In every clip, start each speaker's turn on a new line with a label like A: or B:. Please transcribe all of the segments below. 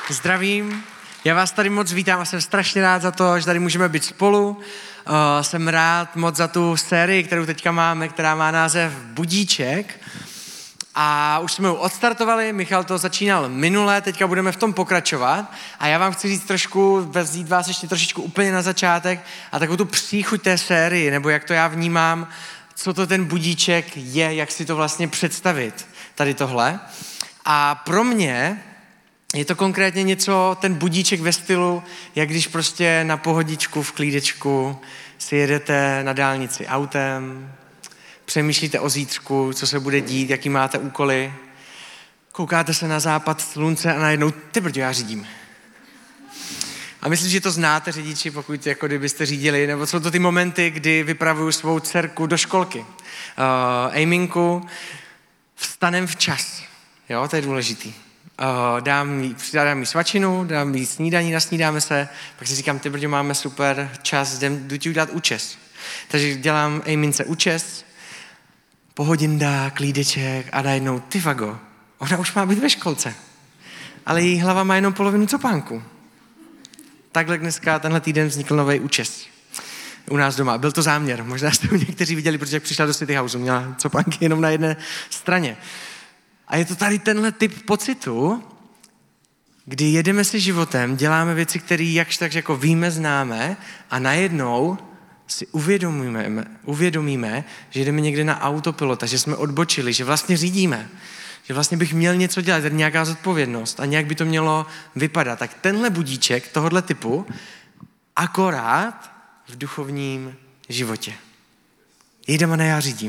A: Zdravím, já vás tady moc vítám a jsem strašně rád za to, že tady můžeme být spolu. Jsem rád moc za tu sérii, kterou teďka máme, která má název Budíček. A už jsme ho odstartovali, Michal to začínal minule, teďka budeme v tom pokračovat. A já vám chci říct trošku, vzít vás ještě trošičku úplně na začátek a takovou tu příchuť té sérii, nebo jak to já vnímám, co to ten budíček je, jak si to vlastně představit, tady tohle. A pro mě je to konkrétně něco, ten budíček ve stylu, jak když prostě na pohodičku, v klídečku si jedete na dálnici autem, přemýšlíte o zítřku, co se bude dít, jaký máte úkoly, koukáte se na západ slunce a najednou, ty brďo, já řídím. A myslím, že to znáte, řidiči, pokud jako kdybyste řídili, nebo jsou to ty momenty, kdy vypravuju svou dcerku do školky. Aminku, vstanem včas, jo, to je důležitý. Dám jí svačinu, dám jí snídaní, nasnídáme se, pak si říkám, ty brďo, máme super čas, jdu ti udělat účes. Takže dělám Amince účes, pohodinda, klídeček a najednou, ty vago, ona už má být ve školce, ale její hlava má jenom polovinu copánku. Takhle dneska, tenhle týden vznikl nový účes u nás doma. Byl to záměr, možná jste ho někteří viděli, protože jak přišla do City Houseu, měla copánky jenom na jedné straně. A je to tady tenhle typ pocitu, kdy jedeme si životem, děláme věci, které jakž tak jako víme, známe a najednou si uvědomíme, že jdeme někde na autopilota, že jsme odbočili, že vlastně řídíme, že vlastně bych měl něco dělat, tady nějaká zodpovědnost a nějak by to mělo vypadat. Tak tenhle budíček tohohle typu akorát v duchovním životě. Jdem a ne já řídím.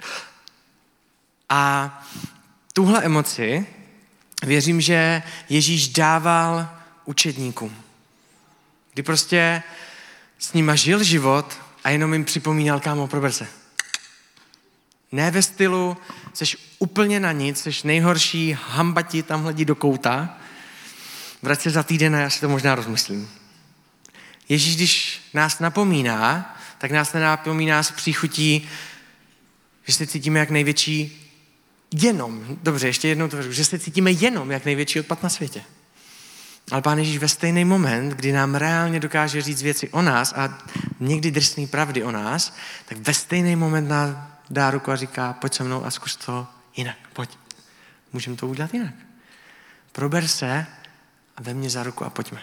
A: A tuhle emoci věřím, že Ježíš dával učedníkům. Kdy prostě s nima žil život a jenom jim připomínal, kámo, prober se. Ne ve stylu, seš úplně na nic, seš nejhorší, hamba ti tam hledí do kouta, vrať se za týden a já si to možná rozmyslím. Ježíš, když nás napomíná, tak nás nenapomíná s příchutí, že se cítíme jak největší ještě jednou to řeknu, že se cítíme jenom jak největší odpad na světě. Ale Pán Ježíš ve stejný moment, kdy nám reálně dokáže říct věci o nás a někdy drsný pravdy o nás, tak ve stejný moment nám dá ruku a říká, pojď se mnou a zkus to jinak, pojď. Můžeme to udělat jinak. Prober se a vem mě za ruku a pojďme.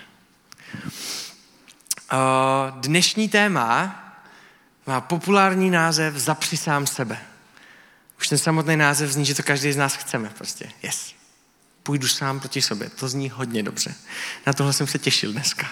A: Dnešní téma má populární název Zapři sám sebe. Už ten samotný název zní, že to každý z nás chceme prostě. Yes. Půjdu sám proti sobě. To zní hodně dobře. Na tohle jsem se těšil dneska.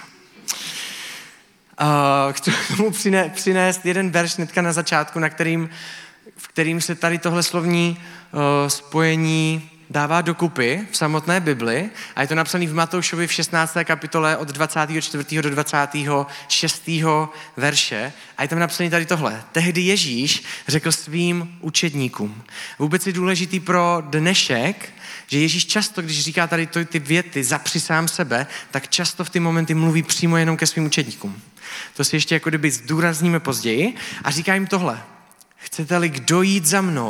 A: Chci tomu přinést jeden verš hnedka na začátku, v kterým se tady tohle slovní spojení dává dokupy v samotné Bibli a je to napsané v Matoušovi v 16. kapitole od 24. do 26. verše a je tam napsané tady tohle. Tehdy Ježíš řekl svým učedníkům. Vůbec je důležitý pro dnešek, že Ježíš často, když říká tady ty věty, zapři sám sebe, tak často v ty momenty mluví přímo jenom ke svým učedníkům. To si ještě jako kdyby zdůrazníme později a říká jim tohle. Chce-li kdo jít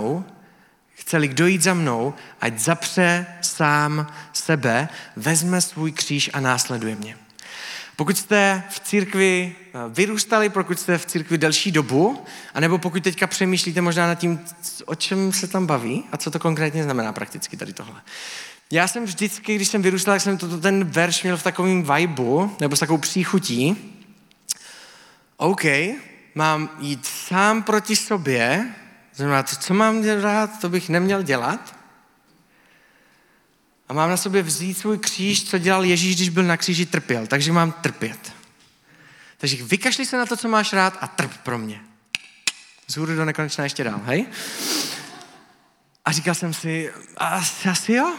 A: za mnou, ať zapře sám sebe, vezme svůj kříž a následuje mě. Pokud jste v církvi vyrůstali, pokud jste v církvi delší dobu, anebo pokud teďka přemýšlíte možná nad tím, o čem se tam baví a co to konkrétně znamená prakticky tady tohle. Já jsem vždycky, když jsem vyrůstal, tak jsem ten verš měl v takovém vibeu, nebo s takovou příchutí. OK, mám jít sám proti sobě, znamená, co mám dělat, to bych neměl dělat. A mám na sobě vzít svůj kříž, co dělal Ježíš, když byl na kříži, trpěl. Takže mám trpět. Takže vykašli se na to, co máš rád a trp pro mě. Zhůru do nekonečna ještě dál, hej? A říkal jsem si, asi jo.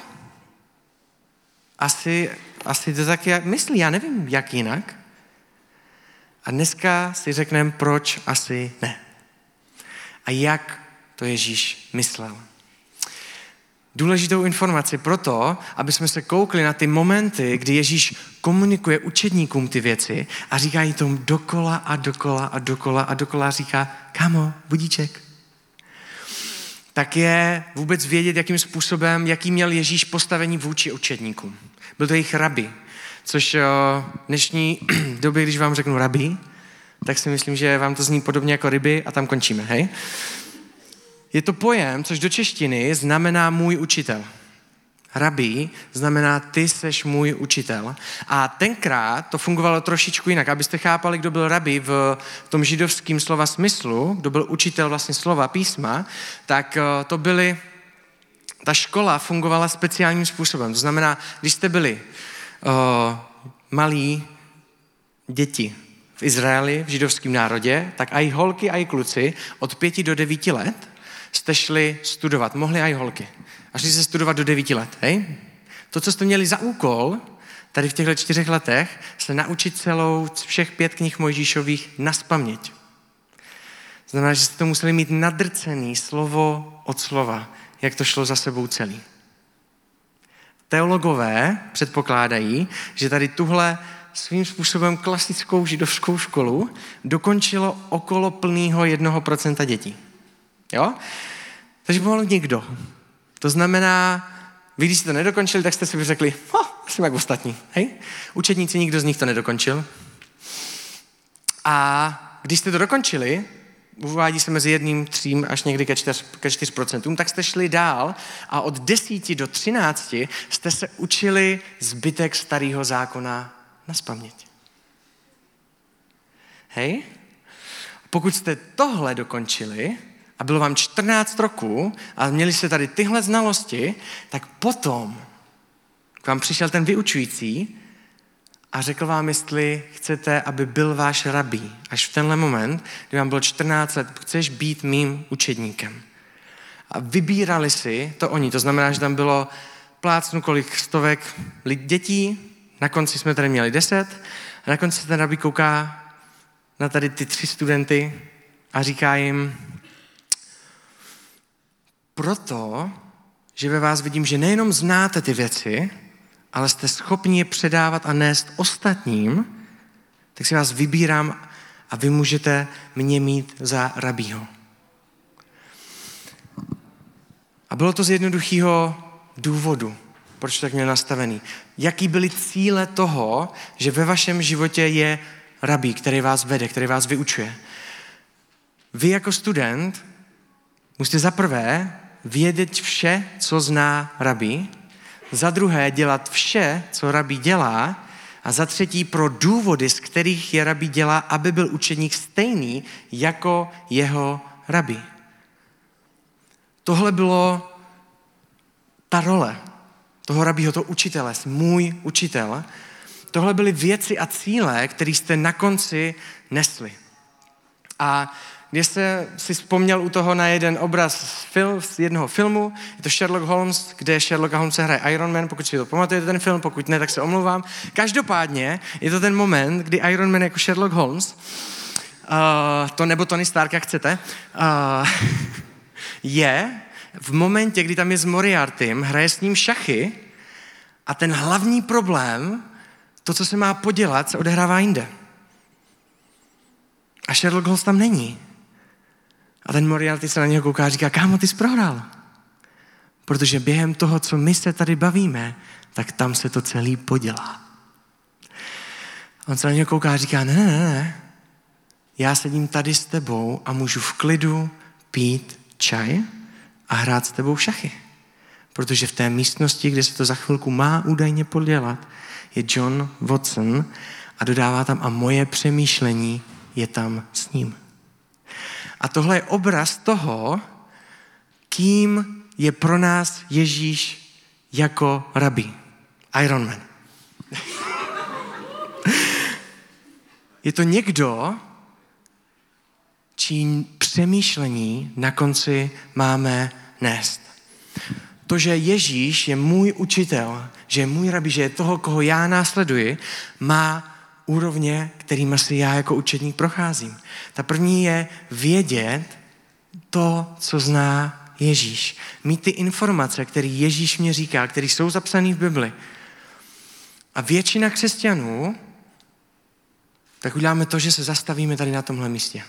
A: Asi to taky myslí, já nevím, jak jinak. A dneska si řekneme, proč asi ne. A jak to Ježíš myslel. Důležitou informaci proto, aby jsme se koukli na ty momenty, kdy Ježíš komunikuje učedníkům ty věci a říká jí tomu dokola a dokola a říká, kámo, budíček. Tak je vůbec vědět, jakým způsobem, jaký měl Ježíš postavení vůči učedníkům. Byl to jejich rabi. což v dnešní době, když vám řeknu rabí, tak si myslím, že vám to zní podobně jako ryby a tam končíme, hej? Je to pojem, což do češtiny znamená můj učitel. Rabí znamená ty seš můj učitel. A tenkrát to fungovalo trošičku jinak. Abyste chápali, kdo byl rabí v tom židovském slova smyslu, kdo byl učitel vlastně slova písma, tak to byly, ta škola fungovala speciálním způsobem. To znamená, když jste byli malí děti v Izraeli, v židovském národě, tak i holky, i kluci od 5 do 9 let jste šli studovat. Mohli i holky. A šli se studovat do 9 let, hej? To, co jste měli za úkol, tady v těchto 4 letech, se naučit všech 5 knih Mojžíšových nazpaměť. Znamená, že jste to museli mít nadrcený slovo od slova, jak to šlo za sebou celý. Teologové předpokládají, že tady tuhle svým způsobem klasickou židovskou školu dokončilo okolo plného 1% dětí. Jo? Takže pomalu někdo. To znamená, vy když jste to nedokončili, tak jste si řekli, jsem jak ostatní. Hej? Učedníci, nikdo z nich to nedokončil. A když jste to dokončili, uvádí se mezi 1, 3 až někdy ke 4%, tak jste šli dál a od 10 do 13 jste se učili zbytek starého zákona nazpaměť. Hej? Pokud jste tohle dokončili a bylo vám 14 roků a měli jste tady tyhle znalosti, tak potom k vám přišel ten vyučující a řekl vám, jestli chcete, aby byl váš rabí. Až v tenhle moment, kdy vám bylo 14 let, chceš být mým učedníkem. A vybírali si to oni. To znamená, že tam bylo plácnu kolik stovek dětí, na konci jsme tady měli 10 a na konci ten rabí kouká na tady ty 3 studenty a říká jim, proto, že ve vás vidím, že nejenom znáte ty věci, ale jste schopni je předávat a nést ostatním, tak si vás vybírám a vy můžete mě mít za rabího. A bylo to z jednoduchého důvodu, proč to tak měl nastavený. Jaký byly cíle toho, že ve vašem životě je rabí, který vás vede, který vás vyučuje. Vy jako student musíte za prvé vědět vše, co zná rabí, za druhé dělat vše, co rabí dělá a za třetí pro důvody, z kterých je rabí dělá, aby byl učeník stejný jako jeho rabí. Tohle bylo ta role toho rabího, toho učitele, můj učitel. Tohle byly věci a cíle, které jste na konci nesli. A když jste si vzpomněl u toho na jeden obraz z jednoho filmu, je to Sherlock Holmes, kde Sherlocka Holmese hraje Iron Man, pokud si to pamatujete ten film, pokud ne, tak se omlouvám. Každopádně je to ten moment, kdy Iron Man jako Sherlock Holmes, to nebo Tony Stark, jak chcete, je v momentě, kdy tam je s Moriartym, hraje s ním šachy a ten hlavní problém, to, co se má podělat, se odehrává jinde. A Sherlock Holmes tam není. A ten Moriarty se na něho kouká a říká, kámo, ty jsi prohrál. Protože během toho, co my se tady bavíme, tak tam se to celý podělá. On se na něho kouká a říká, ne. Já sedím tady s tebou a můžu v klidu pít čaj a hrát s tebou šachy. Protože v té místnosti, kde se to za chvilku má údajně podělat, je John Watson a dodává tam a moje přemýšlení je tam s ním. A tohle je obraz toho, kým je pro nás Ježíš jako rabí. Iron Man. Je to někdo, čí přemýšlení na konci máme nést. To, že Ježíš je můj učitel, že je můj rabí, že je toho, koho já následuji, má úrovně, kterými si já jako učedník procházím. Ta první je vědět to, co zná Ježíš. Mít ty informace, které Ježíš mě říká, které jsou zapsané v Bibli. A většina křesťanů, tak uděláme to, že se zastavíme tady na tomhle místě.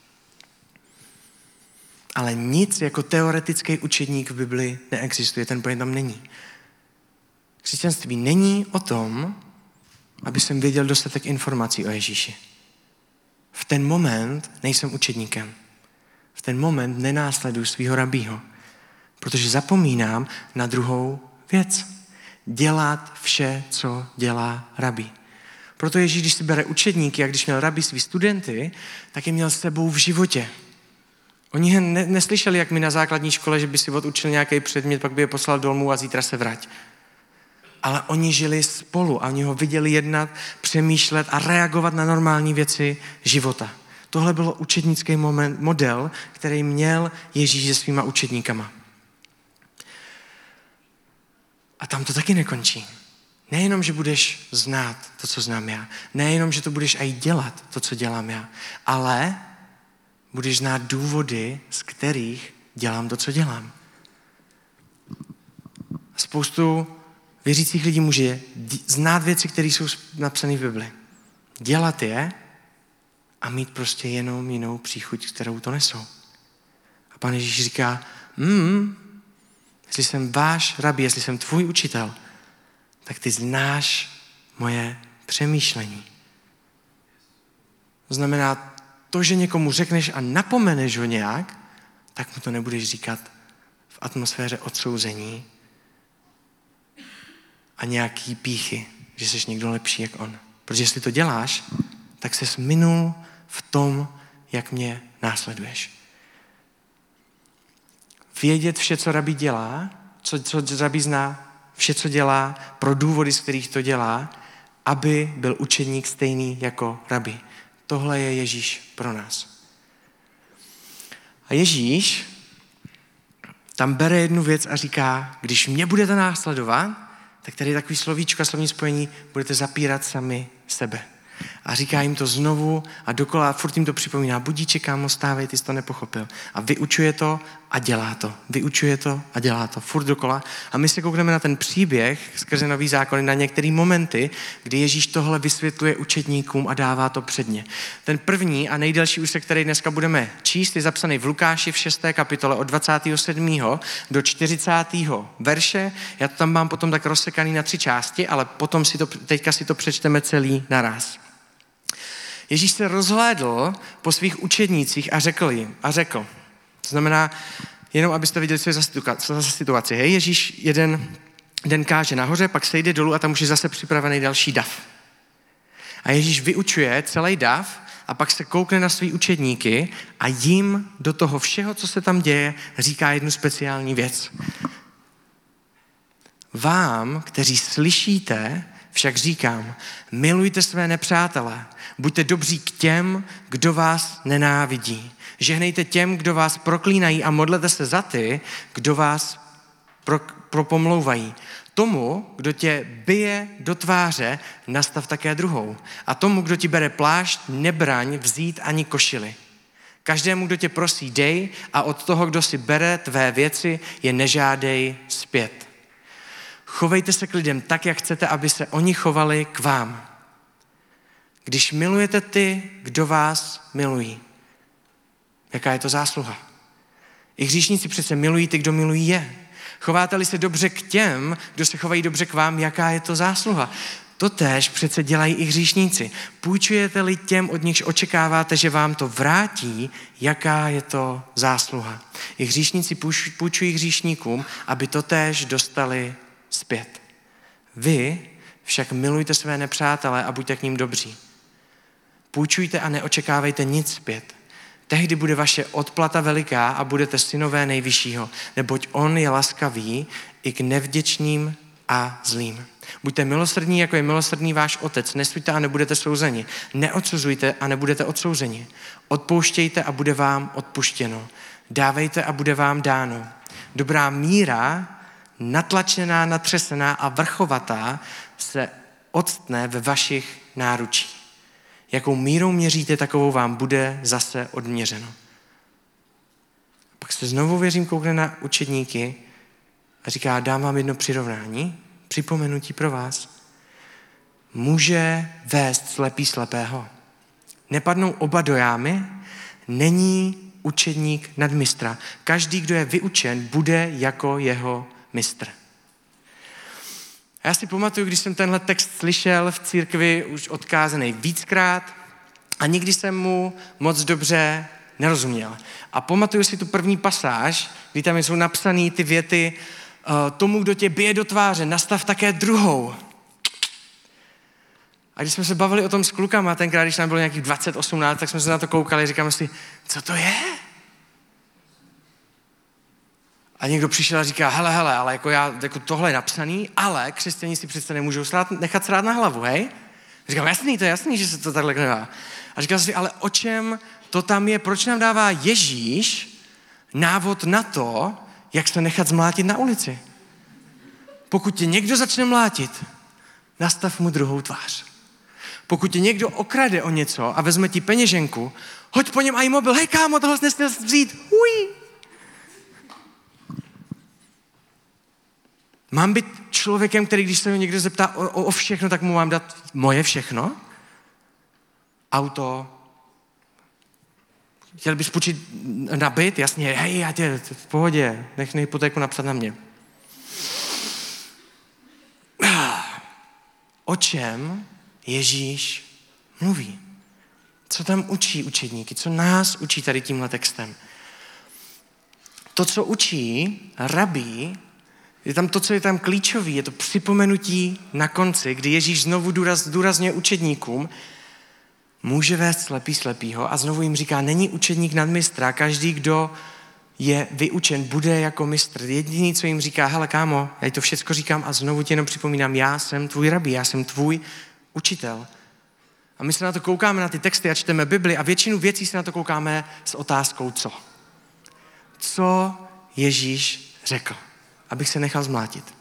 A: Ale nic jako teoretický učedník v Bibli neexistuje, ten pojem tam není. Křesťanství není o tom, aby jsem věděl dostatek informací o Ježíši. V ten moment nejsem učedníkem. V ten moment nenásleduji svého rabího, protože zapomínám na druhou věc. Dělat vše, co dělá rabí. Proto Ježíš, když si bere učedníky a když měl rabí svý studenty, tak je měl s sebou v životě. Oni neslyšeli, jak my na základní škole, že by si odučil nějaký předmět, pak by je poslal domů a zítra se vrať. Ale oni žili spolu a oni ho viděli jednat, přemýšlet a reagovat na normální věci života. Tohle bylo učednický model, který měl Ježíš se svýma učedníkama. A tam to taky nekončí. Nejenom, že budeš znát to, co znám já. Nejenom, že to budeš i dělat, to, co dělám já. Ale budeš znát důvody, z kterých dělám to, co dělám. Spoustu věřících lidí může znát věci, které jsou napsané v Bibli. Dělat je a mít prostě jenom jinou příchuť, kterou to nesou. A Pán Ježíš říká, jestli jsem váš rabí, jestli jsem tvůj učitel, tak ty znáš moje přemýšlení. To znamená, to, že někomu řekneš a napomeneš ho nějak, tak mu to nebudeš říkat v atmosféře odsouzení a nějaký pýchy, že jsi někdo lepší jak on. Protože jestli to děláš, tak ses minul v tom, jak mě následuješ. Vědět vše, co rabí dělá, co rabí zná, vše, co dělá, pro důvody, z kterých to dělá, aby byl učedník stejný jako rabí. Tohle je Ježíš pro nás. A Ježíš tam bere jednu věc a říká, když mě budete následovat, tak tady je takový slovíčko a slovní spojení, budete zapírat sami sebe. A říká jim to znovu a dokola a furt jim to připomíná. Budíček, kámo, stávej, ty jsi to nepochopil. A vyučuje to a dělá to. Vyučuje to a dělá to. Furt dokola. A my se koukneme na ten příběh skrze Nový zákon, na některé momenty, kdy Ježíš tohle vysvětluje učedníkům a dává to předně. Ten první a nejdelší úsek, který dneska budeme číst, je zapsaný v Lukáši v 6. kapitole od 27. do 40. verše. Já to tam mám potom tak rozsekaný na 3 části, ale potom teďka si to přečteme celý naraz. Ježíš se rozhlédl po svých učednících a řekl, to znamená, jenom abyste viděli, co je za situaci. Hej, Ježíš jeden den káže nahoře, pak sejde dolů a tam už je zase připravený další dav. A Ježíš vyučuje celý dav a pak se koukne na svý učedníky a jim do toho všeho, co se tam děje, říká jednu speciální věc. Vám, kteří slyšíte, však říkám, milujte své nepřátele, buďte dobří k těm, kdo vás nenávidí. Žehnejte těm, kdo vás proklínají a modlete se za ty, kdo vás propomlouvají. Tomu, kdo tě bije do tváře, nastav také druhou. A tomu, kdo ti bere plášť, nebraň vzít ani košili. Každému, kdo tě prosí, dej a od toho, kdo si bere tvé věci, je nežádej zpět. Chovejte se k lidem tak, jak chcete, aby se oni chovali k vám. Když milujete ty, kdo vás milují, jaká je to zásluha? I hříšníci přece milují ty, kdo milují je. Chováte-li se dobře k těm, kdo se chovají dobře k vám, jaká je to zásluha? Totéž přece dělají i hříšníci. Půjčujete-li těm, od nichž očekáváte, že vám to vrátí, jaká je to zásluha? I hříšníci půjčují hříšníkům, aby totéž dostali zpět. Vy však milujte své nepřátele a buďte k ním dobří. Půjčujte a neočekávejte nic zpět. Tehdy bude vaše odplata veliká a budete synové nejvyššího, neboť on je laskavý i k nevděčným a zlým. Buďte milosrdní, jako je milosrdný váš otec. Nesuďte a nebudete souzeni. Neodsuzujte a nebudete odsouzeni. Odpouštějte a bude vám odpuštěno. Dávejte a bude vám dáno. Dobrá míra, natlačená, natřesená a vrchovatá se octne ve vašich náručích. Jakou mírou měříte, takovou vám bude zase odměřeno. Pak se znovu, věřím, koukne na učedníky a říká, dám vám jedno přirovnání, připomenutí pro vás. Může vést slepý slepého. Nepadnou oba do jámy, není učedník nad mistra. Každý, kdo je vyučen, bude jako jeho mistr. A já si pamatuju, když jsem tenhle text slyšel v církvi už odkázaný víckrát a nikdy jsem mu moc dobře nerozuměl. A pamatuju si tu první pasáž, kdy tam jsou napsané ty věty tomu, kdo tě bije do tváře, nastav také druhou. A když jsme se bavili o tom s klukama, tenkrát, když nám bylo nějakých 28 let, tak jsme se na to koukali a říkáme si, co to je? A někdo přišel a říká, hele, ale jako tohle je napsaný, ale křesťané si přece nemůžou nechat srát na hlavu, hej? Říkám, jasný, to je jasný, že se to takhle nedá. A říkal si, ale o čem to tam je, proč nám dává Ježíš návod na to, jak se nechat zmlátit na ulici? Pokud tě někdo začne mlátit, nastav mu druhou tvář. Pokud tě někdo okrade o něco a vezme ti peněženku, hoď po něm i mobil, hej kámo, tohle jsi nesměl vzít, huj. Mám být člověkem, který když se ho někdo zeptá o všechno, tak mu mám dát moje všechno? Auto? Chtěl bys půjčit na byt? Jasně, hej, já tě v pohodě, nech hypotéku napsat na mě. O čem Ježíš mluví? Co tam učí učedníky? Co nás učí tady tímhle textem? To, co učí rabí, je tam to, co je tam klíčový, je to připomenutí na konci, kdy Ježíš znovu důrazně učedníkům může vést slepýho a znovu jim říká, není učedník nad mistra, každý, kdo je vyučen, bude jako mistr. Jediný, co jim říká, hele kámo, já to všecko říkám a znovu ti jenom připomínám, já jsem tvůj rabí, já jsem tvůj učitel. A my se na to koukáme, na ty texty a čteme Bibli a většinu věcí se na to koukáme s otázkou co. Co Ježíš řekl, abych se nechal zmlátit.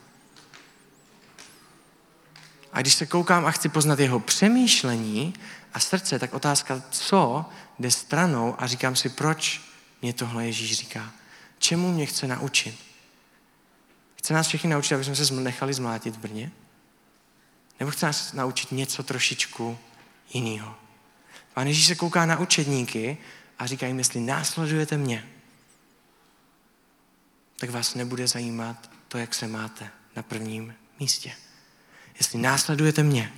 A: A když se koukám a chci poznat jeho přemýšlení a srdce, tak otázka co jde stranou a říkám si, proč mě tohle Ježíš říká. Čemu mě chce naučit? Chce nás všechny naučit, aby jsme se nechali zmlátit v Brně? Nebo chce nás naučit něco trošičku jiného? Pán Ježíš se kouká na učedníky a říká jim, jestli následujete mě, tak vás nebude zajímat to, jak se máte na prvním místě. Jestli následujete mě,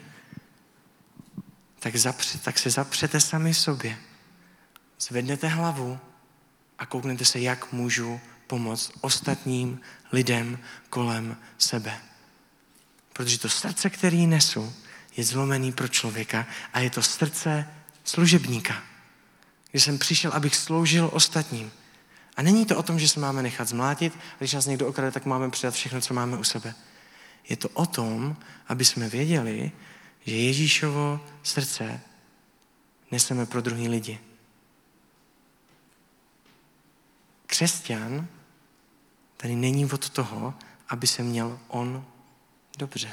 A: tak se zapřete sami sobě, zvednete hlavu a kouknete se, jak můžu pomoct ostatním lidem kolem sebe. Protože to srdce, který nesu, je zlomený pro člověka a je to srdce služebníka. Když jsem přišel, abych sloužil ostatním. A není to o tom, že se máme nechat zmlátit, a když nás někdo okrade, tak máme přidat všechno, co máme u sebe. Je to o tom, aby jsme věděli, že Ježíšovo srdce neseme pro druhý lidi. Křesťan tady není od toho, aby se měl on dobře.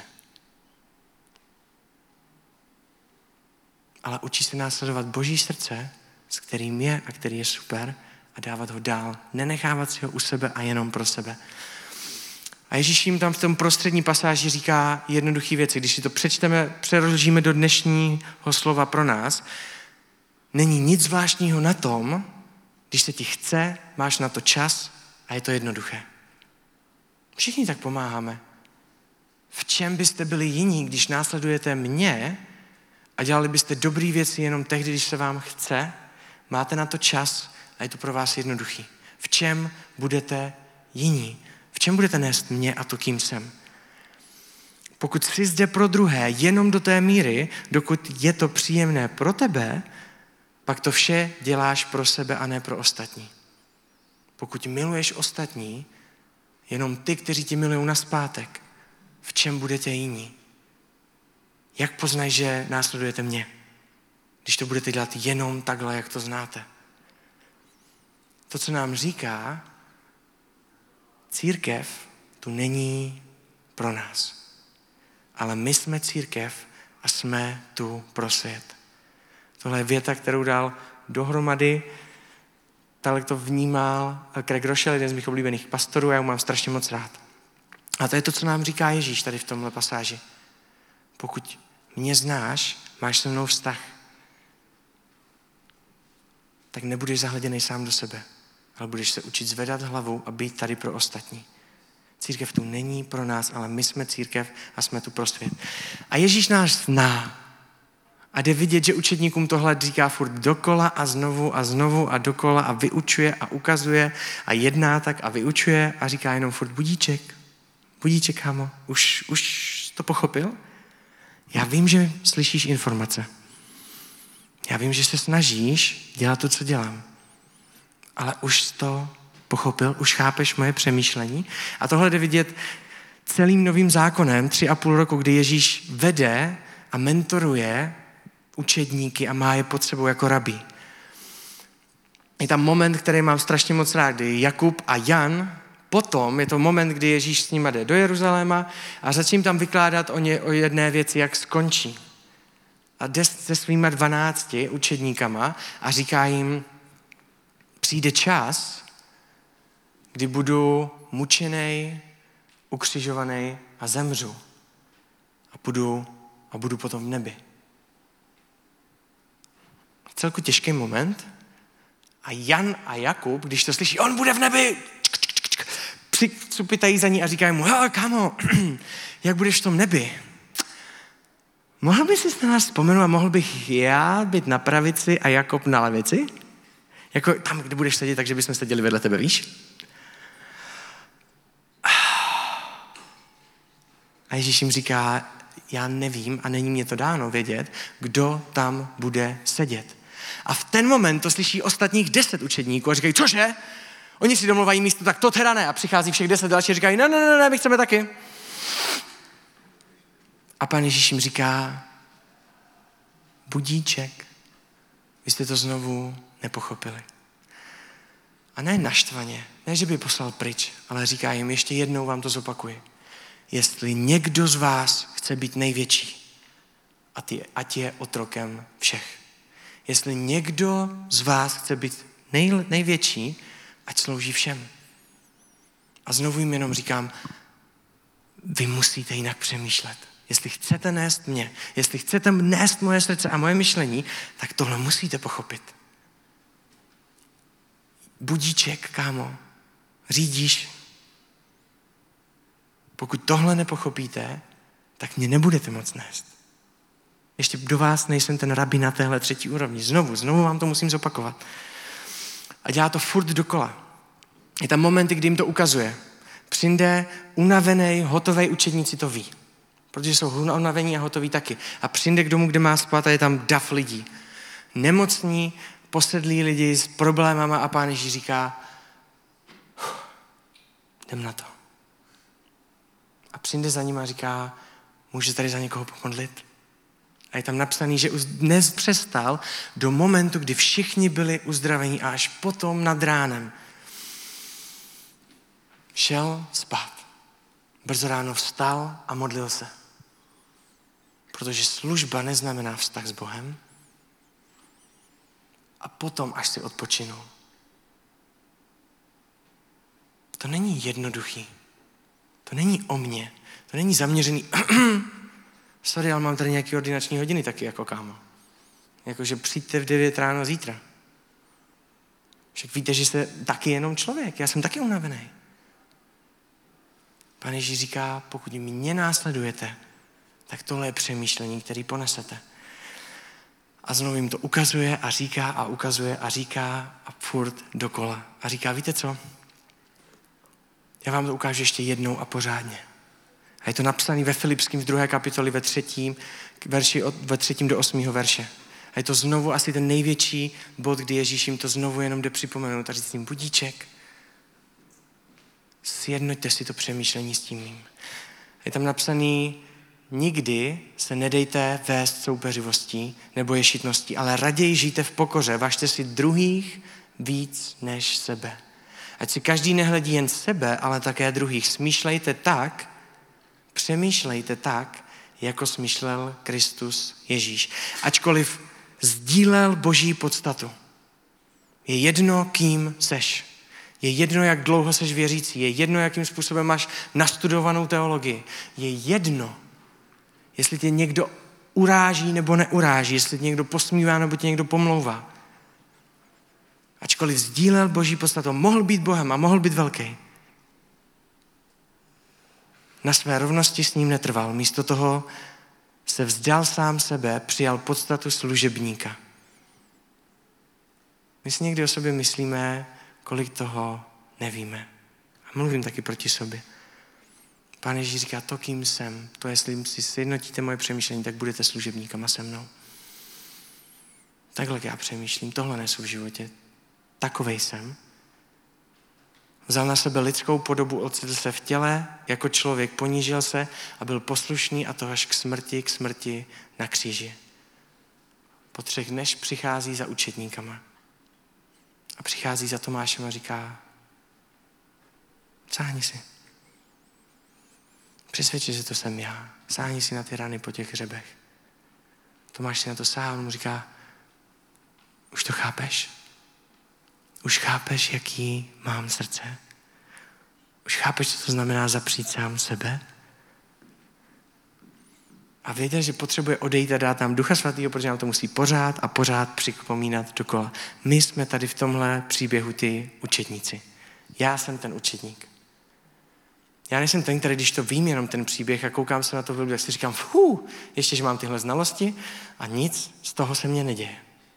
A: Ale učí se následovat Boží srdce, s kterým je a který je super, a dávat ho dál. Nenechávat si ho u sebe a jenom pro sebe. A Ježíš jim tam v tom prostřední pasáži říká jednoduché věci. Když si to přečteme, přeložíme do dnešního slova pro nás, není nic zvláštního na tom, když se ti chce, máš na to čas a je to jednoduché. Všichni tak pomáháme. V čem byste byli jiní, když následujete mě a dělali byste dobré věci jenom tehdy, když se vám chce, máte na to čas a je to pro vás jednoduchý. V čem budete jiní? V čem budete nést mě a to, kým jsem? Pokud jsi zde pro druhé jenom do té míry, dokud je to příjemné pro tebe, pak to vše děláš pro sebe a ne pro ostatní. Pokud miluješ ostatní, jenom ty, kteří ti milují nazpátek, v čem budete jiní? Jak poznají, že následujete mě? Když to budete dělat jenom takhle, jak to znáte. To, co nám říká, církev tu není pro nás. Ale my jsme církev a jsme tu pro svět. Tohle je věta, kterou dal dohromady, tak to vnímal Craig Rochelle, jeden z mých oblíbených pastorů, a já ho mám strašně moc rád. A to je to, co nám říká Ježíš tady v tomhle pasáži. Pokud mě znáš, máš se mnou vztah, tak nebudeš zahleděnej sám do sebe, ale budeš se učit zvedat hlavu a být tady pro ostatní. Církev tu není pro nás, ale my jsme církev a jsme tu pro svět. A Ježíš nás zná. A jde vidět, že učedníkům tohle říká furt dokola a znovu a dokola a vyučuje a ukazuje a jedná tak a vyučuje a říká jenom furt budíček, kámo, už to pochopil? Já vím, že slyšíš informace. Já vím, že se snažíš dělat to, co dělám. Ale už to pochopil, už chápeš moje přemýšlení. A tohle jde vidět celým novým zákonem, 3,5 roku, kdy Ježíš vede a mentoruje učedníky a má je pod sebou jako rabí. Je tam moment, který mám strašně moc rád, kdy Jakub a Jan, potom je to moment, kdy Ježíš s nima jde do Jeruzaléma a začne tam vykládat o jedné věci, jak skončí. A jde se svýma 12 učedníkama a říká jim, přijde čas, kdy budu mučenej, ukřižovaný a zemřu. A budu potom v nebi. Celku těžký moment. A Jan a Jakub, když to slyší, on bude v nebi, přicupitají za ní a říkají mu, kámo, jak budeš v tom nebi? Mohl bys si na nás vzpomenout a mohl bych já být na pravici a Jakub na levici? Jako tam, kde budeš sedět, takže bychom seděli vedle tebe, víš? A Ježíš jim říká, já nevím a není mě to dáno vědět, kdo tam bude sedět. A v ten moment to slyší ostatních 10 učedníků a říkají, cože? Oni si domluvají místo, tak to teda ne. A přichází všech 10 další a říkají, ne, my chceme taky. A Pán Ježíš jim říká, budíček, vy jste to znovu nepochopili. A ne naštvaně, ne, že by poslal pryč, ale říká jim, ještě jednou vám to zopakuji. Jestli někdo z vás chce být největší, ať je otrokem všech. Jestli někdo z vás chce být největší, ať slouží všem. A znovu jim jenom říkám, vy musíte jinak přemýšlet. Jestli chcete nést mě, jestli chcete nést moje srdce a moje myšlení, tak tohle musíte pochopit. Budíček, kámo, řídíš. Pokud tohle nepochopíte, tak mě nebudete moc nést. Ještě do vás nejsem ten rabí na téhle 3. úrovni. Znovu vám to musím zopakovat. A dělá to furt dokola. Je tam momenty, kdy jim to ukazuje. Přijde unavený, hotový učedníci to ví. Protože jsou unavení a hotoví taky. A přijde k domu, kde má spát a je tam dav lidí. Nemocní, posedlí lidi s problémama a Pán Ježíš říká, jdem na to. A přijde za ním a říká, může tady za někoho pomodlit? A je tam napsaný, že dnes přestal do momentu, kdy všichni byli uzdravení a až potom nad ránem šel spát. Brzo ráno vstal a modlil se. Protože služba neznamená vztah s Bohem. A potom, až si odpočinul. To není jednoduchý. To není o mně. To není zaměřený. Sorry, ale mám tady nějaké ordinační hodiny taky jako kámo. Jakože přijďte v 9 ráno zítra. Však víte, že jste taky jenom člověk. Já jsem taky unavený. Pán Ježíš říká, pokud mě následujete, tak tohle je přemýšlení, který ponesete. A znovu jim to ukazuje a říká a ukazuje a říká a furt dokola. A říká, víte co? Já vám to ukážu ještě jednou a pořádně. A je to napsané ve Filipským v 2. kapitoli ve 3. verši ve 3. do 8. verše. A je to znovu asi ten největší bod, kdy Ježíš jim to znovu jenom jde připomenout a říct jim budíček. Sjednoťte si to přemýšlení s tím mým. Je tam napsaný, nikdy se nedejte vést soupeřivostí nebo ješitností, ale raději žijte v pokoře, važte si druhých víc než sebe. Ať si každý nehledí jen sebe, ale také druhých. Přemýšlejte tak, jako smýšlel Kristus Ježíš. Ačkoliv sdílel Boží podstatu. Je jedno, kým seš. Je jedno, jak dlouho seš věřící. Je jedno, jakým způsobem máš nastudovanou teologii. Je jedno, jestli tě někdo uráží nebo neuráží, jestli tě někdo posmívá nebo tě někdo pomlouvá. Ačkoliv sdílel Boží podstatu, mohl být Bohem a mohl být velký. Na své rovnosti s ním netrval. Místo toho se vzdal sám sebe, přijal podstatu služebníka. My si někdy o sobě myslíme, kolik toho nevíme. A mluvím taky proti sobě. Pán Ježíš říká, to, kým jsem, to, jestli si sjednotíte moje přemýšlení, tak budete služebníkama se mnou. Takhle já přemýšlím, tohle nesu v životě. Takovej jsem. Vzal na sebe lidskou podobu, ocitl se v těle, jako člověk ponížil se a byl poslušný a to až k smrti na kříži. Po 3 dnech přichází za učedníkama. A přichází za Tomášem a říká, sáhni si. Přesvědči, že to jsem já. Sáhni si na ty rany po těch hřebech. Tomáš si na to sáhá, on mu říká, už to chápeš? Už chápeš, jaký mám srdce? Už chápeš, co to znamená zapřít sám sebe? A věděl, že potřebuje odejít a dát nám Ducha Svatého, protože nám to musí pořád a pořád připomínat dokola. My jsme tady v tomhle příběhu ty učedníci. Já jsem ten učedník. Já nejsem ten, který, když to vím jenom ten příběh a koukám se na to v Bibli, tak si říkám, ještě, že mám tyhle znalosti a nic z toho se mně neděje.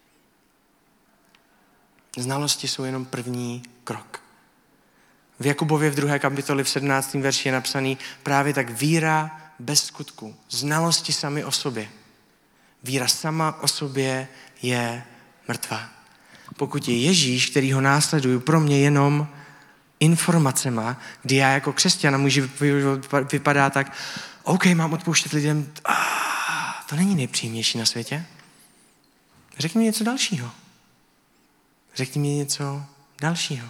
A: Znalosti jsou jenom první krok. V Jakubově v 2. kapitoli v 17. verši je napsaný právě tak víra bez skutku. Znalosti sami o sobě. Víra sama o sobě je mrtvá. Pokud je Ježíš, který ho následuju, pro mě jenom informacema, kdy já jako křesťan, můj život vypadá tak, OK, mám odpouštět lidem, to není nejpříjemnější na světě. Řekni mi něco dalšího. Řekni mi něco dalšího.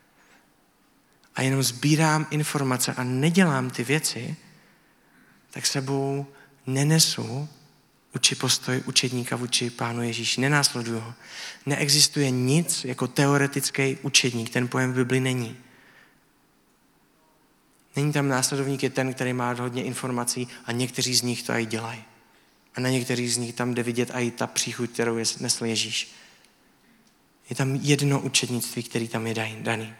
A: A jenom sbírám informace a nedělám ty věci, tak sebou nenesu postoj učedníka vůči Pánu Ježíši. Nenásleduju ho. Neexistuje nic jako teoretický učedník. Ten pojem v Bibli není. Není tam následovník, je ten, který má hodně informací a někteří z nich to i dělají. A na některých z nich tam jde vidět i ta příchuť, kterou je nesl Ježíš. Je tam jedno učednictví, který tam je daný.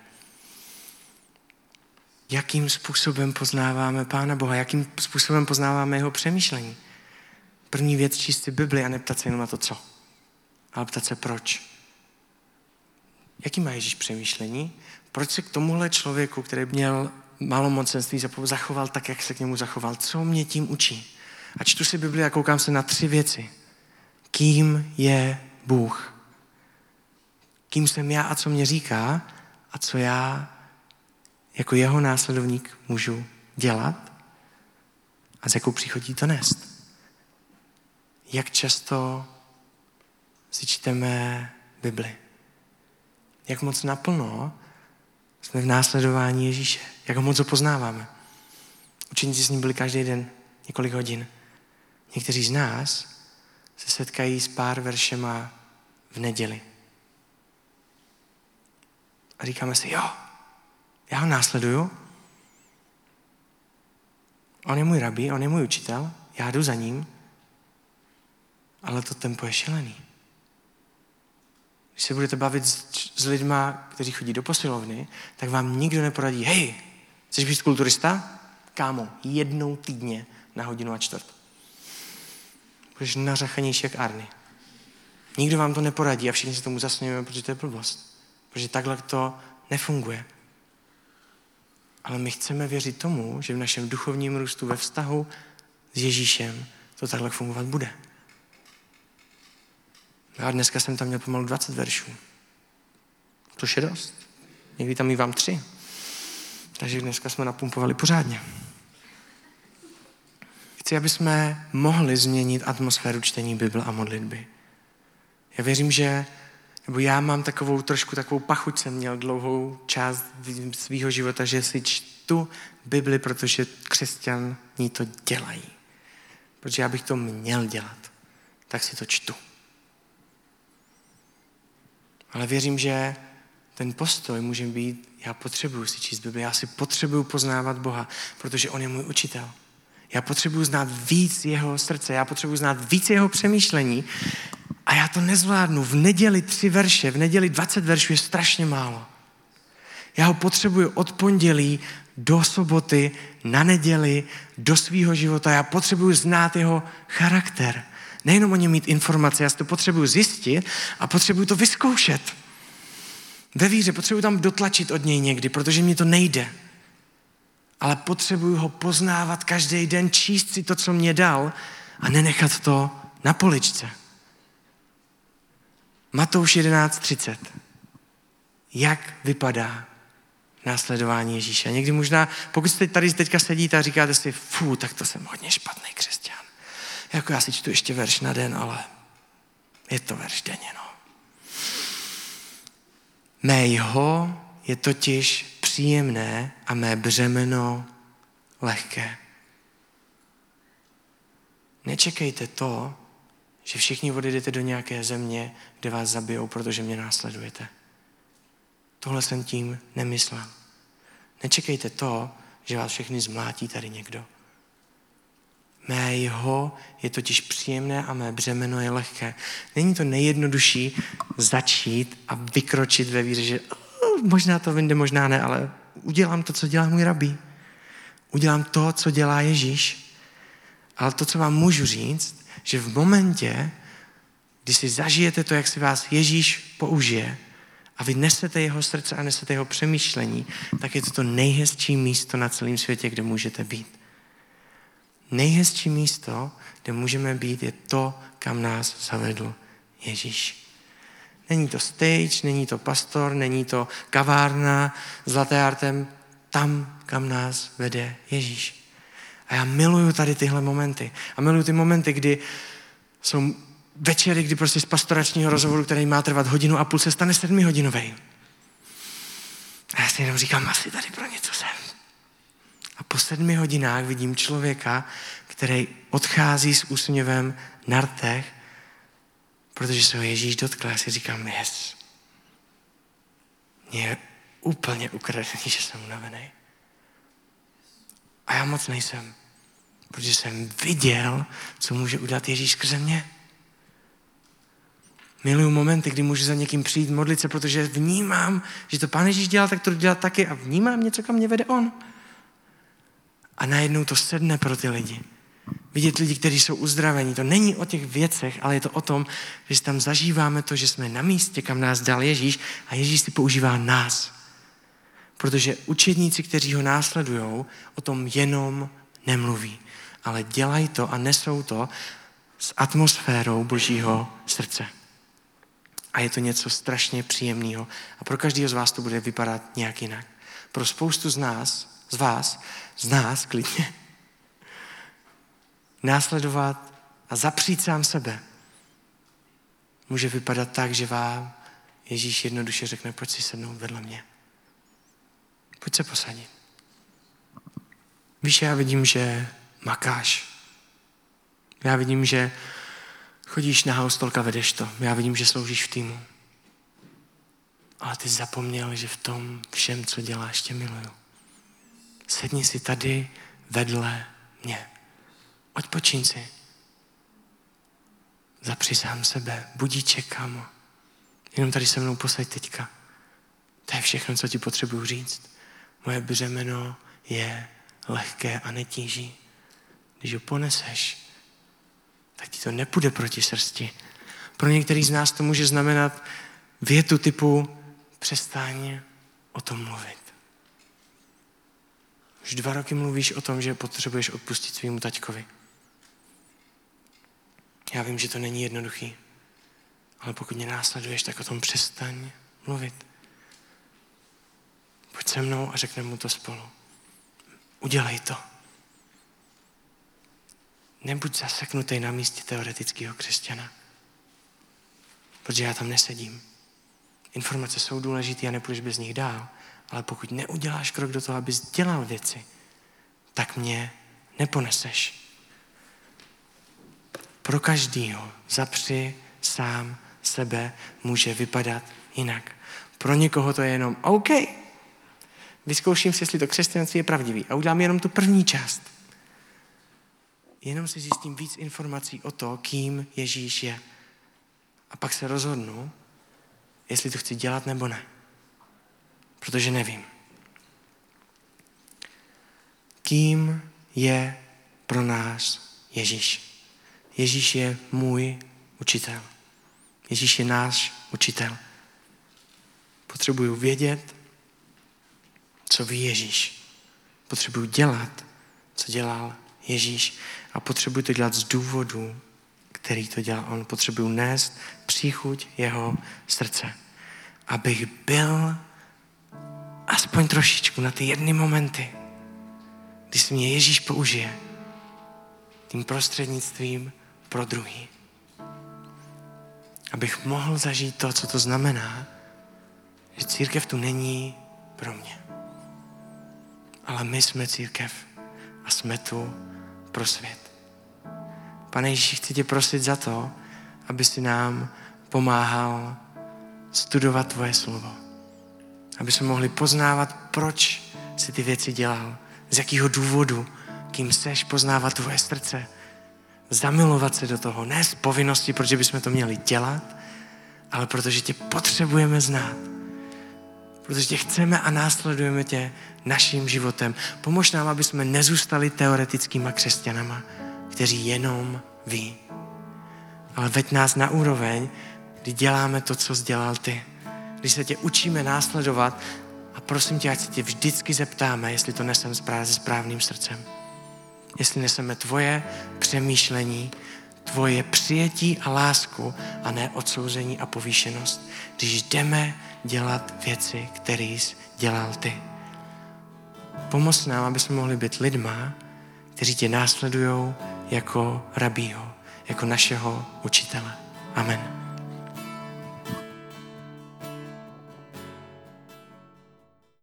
A: Jakým způsobem poznáváme Pána Boha? Jakým způsobem poznáváme jeho přemýšlení? První věc, číst si Bibli a neptat se jenom na to, co. Ale ptat se proč. Jaký má Ježíš přemýšlení? Proč se k tomuhle člověku, který měl malomocenství, zachoval tak, jak se k němu zachoval? Co mě tím učí? A čtu si Bibli a koukám se na 3 věci. Kým je Bůh? Kým jsem já a co mě říká a co já jako jeho následovník můžu dělat a s jakou příchodí to nést. Jak často si čteme Bibli. Jak moc naplno jsme v následování Ježíše. Jak ho moc ho poznáváme. Učeníci s ním byli každý den několik hodin. Někteří z nás se setkají s pár veršema v neděli. A říkáme si, jo, já ho následuju. On je můj rabí, on je můj učitel, já jdu za ním, ale to tempo je šílený. Když se budete bavit s lidma, kteří chodí do posilovny, tak vám nikdo neporadí, hej, chceš být kulturista? Kámo, 1 týdně na 1:15. Budeš nařachanější jak Arny. Nikdo vám to neporadí a všichni se tomu zasmějeme, protože to je blbost. Protože takhle to nefunguje. Ale my chceme věřit tomu, že v našem duchovním růstu ve vztahu s Ježíšem to takhle fungovat bude. A dneska jsem tam měl pomalu 20 veršů. To je dost. Někdy tam mívám 3. Takže dneska jsme napumpovali pořádně. Chci, aby jsme mohli změnit atmosféru čtení Bible a modlitby. Já věřím, že já mám trošku takovou pachuť, jsem měl dlouhou část svého života, že si čtu Bibli, protože křesťaní to dělají. Protože já bych to měl dělat. Tak si to čtu. Ale věřím, že ten postoj může být, já potřebuji si číst Bibli, já si potřebuji poznávat Boha, protože on je můj učitel. Já potřebuji znát víc jeho srdce, já potřebuji znát víc jeho přemýšlení a já to nezvládnu. V neděli 3 verše, v neděli 20 veršů je strašně málo. Já ho potřebuji od pondělí do soboty, na neděli, do svýho života. Já potřebuji znát jeho charakter. Nejenom o něm mít informace, já si to potřebuji zjistit a potřebuji to vyzkoušet. Ve víře potřebuji tam dotlačit od něj někdy, protože mi to nejde. Ale potřebuji ho poznávat každý den, číst si to, co mě dal a nenechat to na poličce. Matouš 11:30. Jak vypadá následování Ježíše? A někdy možná, pokud jste tady teďka sedíte a říkáte si, tak to jsem hodně špatný křesťan. Jako já si čtu ještě verš na den, ale je to verš denně, no. Mé jho je totiž příjemné a mé břemeno lehké. Nečekejte to, že všichni odejdete do nějaké země, kde vás zabijou, protože mě následujete. Tohle jsem tím nemyslel. Nečekejte to, že vás všechny zmlátí tady někdo. Mé jho je totiž příjemné a mé břemeno je lehké. Není to nejjednodušší začít a vykročit ve víře, že možná to vyjde, možná ne, ale udělám to, co dělá můj rabí. Udělám to, co dělá Ježíš. Ale to, co vám můžu říct, že v momentě, kdy si zažijete to, jak si vás Ježíš použije a vy nesete jeho srdce a nesete jeho přemýšlení, tak je to nejhezčí místo na celém světě, kde můžete být. Nejhezčí místo, kde můžeme být, je to, kam nás zavedl Ježíš. Není to stage, není to pastor, není to kavárna s latte artem, tam, kam nás vede Ježíš. A já miluju tady tyhle momenty. A miluju ty momenty, kdy jsou večery, kdy prostě z pastoračního rozhovoru, který má trvat 1,5 hodiny, se stane 7hodinovej. A já si jenom říkám, asi tady pro něco jsem. A po 7 hodinách vidím člověka, který odchází s úsměvem na rtech, protože se ho Ježíš dotkl. Já si říkám, yes. Mě je úplně ukradený, že jsem unavený. A já moc nejsem, protože jsem viděl, co může udělat Ježíš skrze mě. Miluju momenty, kdy můžu za někým přijít, modlit se, protože vnímám, že to Pán Ježíš dělal, tak to dělat taky a vnímám něco, kam mě vede on. A najednou to sedne pro ty lidi. Vidět lidi, kteří jsou uzdravení. To není o těch věcech, ale je to o tom, že si tam zažíváme to, že jsme na místě, kam nás dal Ježíš a Ježíš si používá nás. Protože učedníci, kteří ho následujou, o tom jenom nemluví. Ale dělají to a nesou to s atmosférou Božího srdce. A je to něco strašně příjemného. A pro každého z vás to bude vypadat nějak jinak. Pro spoustu z nás klidně, následovat a zapřít sám sebe může vypadat tak, že vám Ježíš jednoduše řekne, pojď si sednout vedle mě. Pojď se posadit. Víš, já vidím, že makáš. Já vidím, že chodíš na haustolka, vedeš to. Já vidím, že sloužíš v týmu. Ale ty zapomněl, že v tom všem, co děláš, tě miluju. Sedni si tady vedle mě. Odpočiň si. Zapři sám sebe. Budíček, kámo. Jenom tady se mnou posaď teďka. To je všechno, co ti potřebuju říct. Moje břemeno je lehké a netíží. Když ho poneseš, tak ti to nepůjde proti srsti. Pro některý z nás to může znamenat větu typu přestaň o tom mluvit. Už 2 roky mluvíš o tom, že potřebuješ odpustit svýmu taťkovi. Já vím, že to není jednoduchý, ale pokud mě následuješ, tak o tom přestaň mluvit. Pojď se mnou a řekneme mu to spolu. Udělej to. Nebuď zaseknutý na místě teoretického křesťana, protože já tam nesedím. Informace jsou důležité a nepůjdeš bez nich dál, ale pokud neuděláš krok do toho, abys dělal věci, tak mě neponeseš. Pro každýho zapři sám sebe může vypadat jinak. Pro někoho to je jenom OK. Vyzkouším si, jestli to křesťanství je pravdivý a udělám jenom tu první část. Jenom si zjistím víc informací o to, kým Ježíš je. A pak se rozhodnu, jestli to chci dělat nebo ne. Protože nevím. kým je pro nás Ježíš. Ježíš je můj učitel. Ježíš je náš učitel. Potřebuju vědět, co ví Ježíš. Potřebuju dělat, co dělal Ježíš. A potřebuju to dělat z důvodu, který to dělal on. Potřebuju nést příchuť jeho srdce. Abych byl aspoň trošičku na ty jedny momenty, kdy se mě Ježíš použije tím prostřednictvím pro druhý. Abych mohl zažít to, co to znamená, že církev tu není pro mě. Ale my jsme církev a jsme tu pro svět. Pane Ježíši, chci tě prosit za to, aby si nám pomáhal studovat tvoje slovo. Aby jsme mohli poznávat, proč si ty věci dělal, z jakého důvodu, kým seš, poznávat tvoje srdce, zamilovat se do toho, ne z povinnosti, protože bychom to měli dělat, ale protože tě potřebujeme znát. Protože tě chceme a následujeme tě naším životem. Pomož nám, aby jsme nezůstali teoretickýma křesťanama, kteří jenom ví. Ale veď nás na úroveň, kdy děláme to, co jsi dělal ty. Když se tě učíme následovat a prosím tě, ať se tě vždycky zeptáme, jestli to nesem se správným srdcem. Jestli neseme tvoje přemýšlení, tvoje přijetí a lásku a ne odsouzení a povýšenost. Když jdeme dělat věci, které jsi dělal ty. Pomoz nám, aby jsme mohli být lidma, kteří tě následujou jako rabího, jako našeho učitele. Amen.